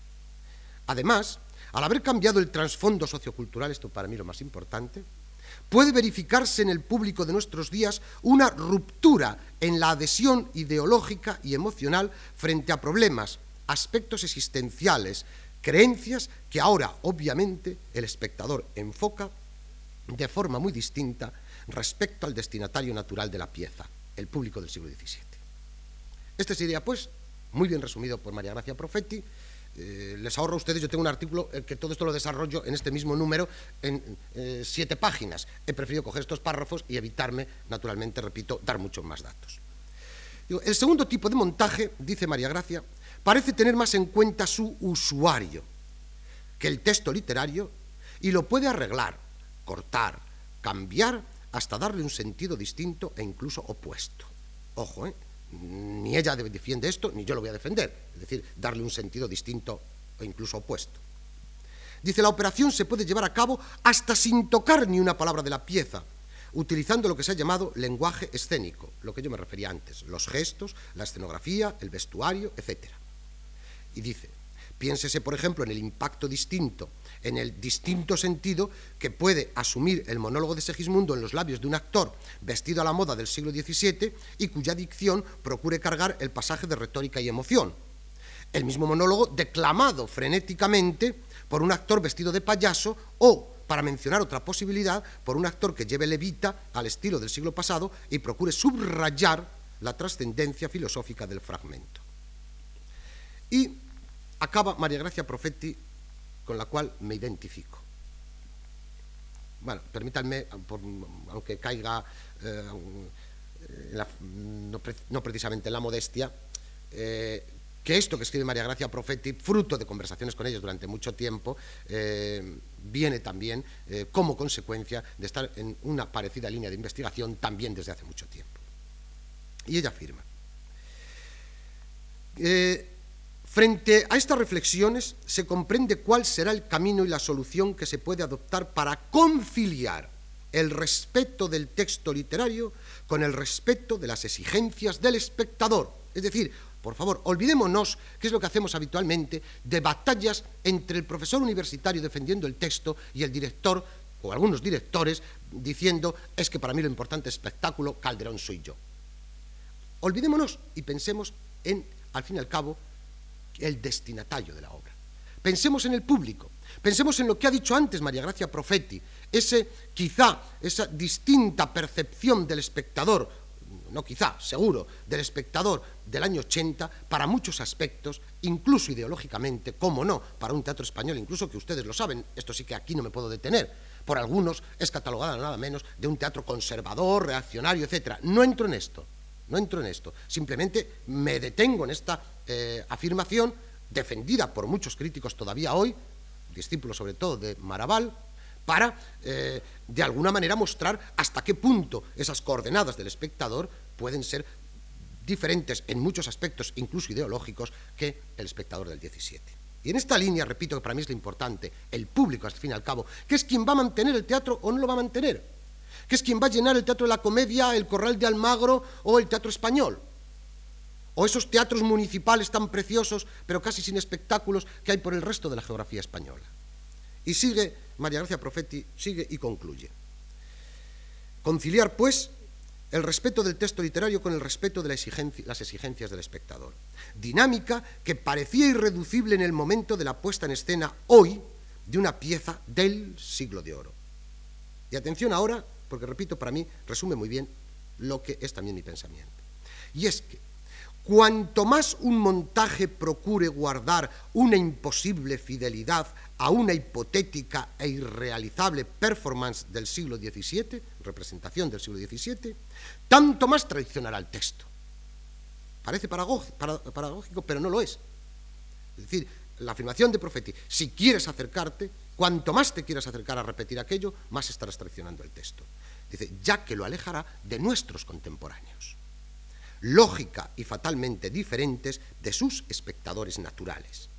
Además, al haber cambiado el trasfondo sociocultural, esto para mí lo más importante, puede verificarse en el público de nuestros días una ruptura en la adhesión ideológica y emocional frente a problemas, aspectos existenciales, creencias que ahora, obviamente, el espectador enfoca de forma muy distinta respecto al destinatario natural de la pieza, el público del siglo diecisiete. Este sería, pues, muy bien resumido por María Gracia Profetti. Eh, les ahorro a ustedes, yo tengo un artículo eh, que todo esto lo desarrollo en este mismo número en eh, siete páginas. He preferido coger estos párrafos y evitarme, naturalmente, repito, dar muchos más datos. Digo, el segundo tipo de montaje, dice María Gracia, parece tener más en cuenta su usuario que el texto literario y lo puede arreglar, cortar, cambiar, hasta darle un sentido distinto e incluso opuesto. Ojo, ¿eh? Ni ella defiende esto, ni yo lo voy a defender. Es decir, darle un sentido distinto o incluso opuesto. Dice, la operación se puede llevar a cabo hasta sin tocar ni una palabra de la pieza, utilizando lo que se ha llamado lenguaje escénico, lo que yo me refería antes, los gestos, la escenografía, el vestuario, etcétera. Y dice, piénsese, por ejemplo, en el impacto distinto, en el distinto sentido que puede asumir el monólogo de Segismundo en los labios de un actor vestido a la moda del siglo diecisiete y cuya dicción procure cargar el pasaje de retórica y emoción. El mismo monólogo declamado frenéticamente por un actor vestido de payaso o, para mencionar otra posibilidad, por un actor que lleve levita al estilo del siglo pasado y procure subrayar la trascendencia filosófica del fragmento. Y acaba María Gracia Profetti, con la cual me identifico. Bueno, permítanme, por, aunque caiga eh, en la, no, no precisamente en la modestia, eh, que esto que escribe María Gracia Profetti, fruto de conversaciones con ellos durante mucho tiempo, eh, viene también eh, como consecuencia de estar en una parecida línea de investigación también desde hace mucho tiempo. Y ella afirma, eh, frente a estas reflexiones se comprende cuál será el camino y la solución que se puede adoptar para conciliar el respeto del texto literario con el respeto de las exigencias del espectador. Es decir, por favor, olvidémonos, que es lo que hacemos habitualmente, de batallas entre el profesor universitario defendiendo el texto y el director, o algunos directores, diciendo, es que para mí lo importante es espectáculo, Calderón soy yo. Olvidémonos y pensemos en, al fin y al cabo, el destinatario de la obra. Pensemos en el público. Pensemos en lo que ha dicho antes María Gracia Profetti, ese, quizá, esa distinta percepción del espectador, no quizá, seguro, del espectador del año ochenta, para muchos aspectos, incluso ideológicamente, cómo no, para un teatro español, incluso que ustedes lo saben, esto sí que aquí no me puedo detener, por algunos es catalogada nada menos de un teatro conservador, reaccionario, etcétera. No entro en esto, no entro en esto, simplemente me detengo en esta eh, afirmación defendida por muchos críticos todavía hoy, discípulos sobre todo de Maraval, para, eh, de alguna manera, mostrar hasta qué punto esas coordenadas del espectador pueden ser diferentes en muchos aspectos, incluso ideológicos, que el espectador del diecisiete. Y en esta línea, repito, que para mí es lo importante, el público, al fin y al cabo, que es quien va a mantener el teatro o no lo va a mantener, que es quien va a llenar el Teatro de la Comedia, el Corral de Almagro o el Teatro Español, o esos teatros municipales tan preciosos, pero casi sin espectáculos, que hay por el resto de la geografía española. Y sigue, María Gracia Profetti sigue y concluye. Conciliar, pues, el respeto del texto literario con el respeto de la exigencia, las exigencias del espectador. Dinámica que parecía irreducible en el momento de la puesta en escena, hoy, de una pieza del siglo de oro. Y atención ahora, porque repito, para mí resume muy bien lo que es también mi pensamiento. Y es que cuanto más un montaje procure guardar una imposible fidelidad a una hipotética e irrealizable performance del siglo diecisiete, representación del siglo diecisiete, tanto más traicionará el texto. Parece paradójico, pero no lo es. Es decir, la afirmación de Profetti, si quieres acercarte, cuanto más te quieras acercar a repetir aquello, más estarás traicionando el texto. Dice, ya que lo alejará de nuestros contemporáneos, lógica y fatalmente diferentes de sus espectadores naturales.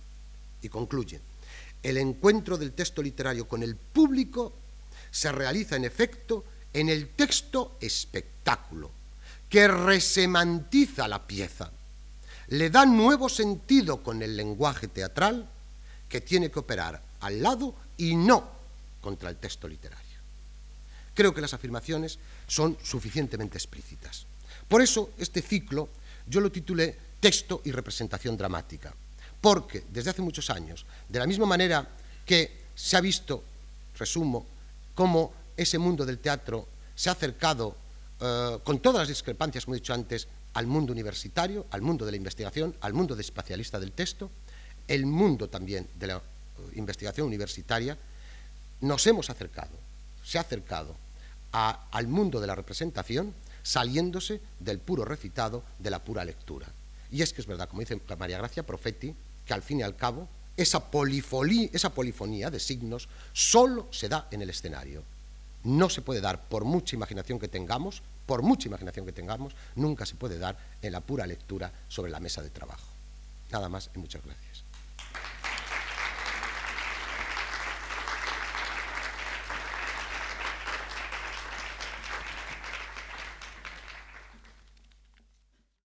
Y concluye, el encuentro del texto literario con el público se realiza en efecto en el texto espectáculo, que resemantiza la pieza, le da nuevo sentido con el lenguaje teatral que tiene que operar al lado y no contra el texto literario. Creo que las afirmaciones son suficientemente explícitas. Por eso este ciclo yo lo titulé Texto y representación dramática, porque desde hace muchos años, de la misma manera que se ha visto, resumo, cómo ese mundo del teatro se ha acercado eh, con todas las discrepancias, como he dicho antes, al mundo universitario, al mundo de la investigación, al mundo de especialista del texto, el mundo también de la investigación universitaria, nos hemos acercado, se ha acercado a, al mundo de la representación, saliéndose del puro recitado, de la pura lectura. Y es que es verdad, como dice María Gracia Profetti, que al fin y al cabo esa polifonía, esa polifonía de signos solo se da en el escenario. No se puede dar, por mucha imaginación que tengamos, por mucha imaginación que tengamos, nunca se puede dar en la pura lectura sobre la mesa de trabajo. Nada más y muchas gracias.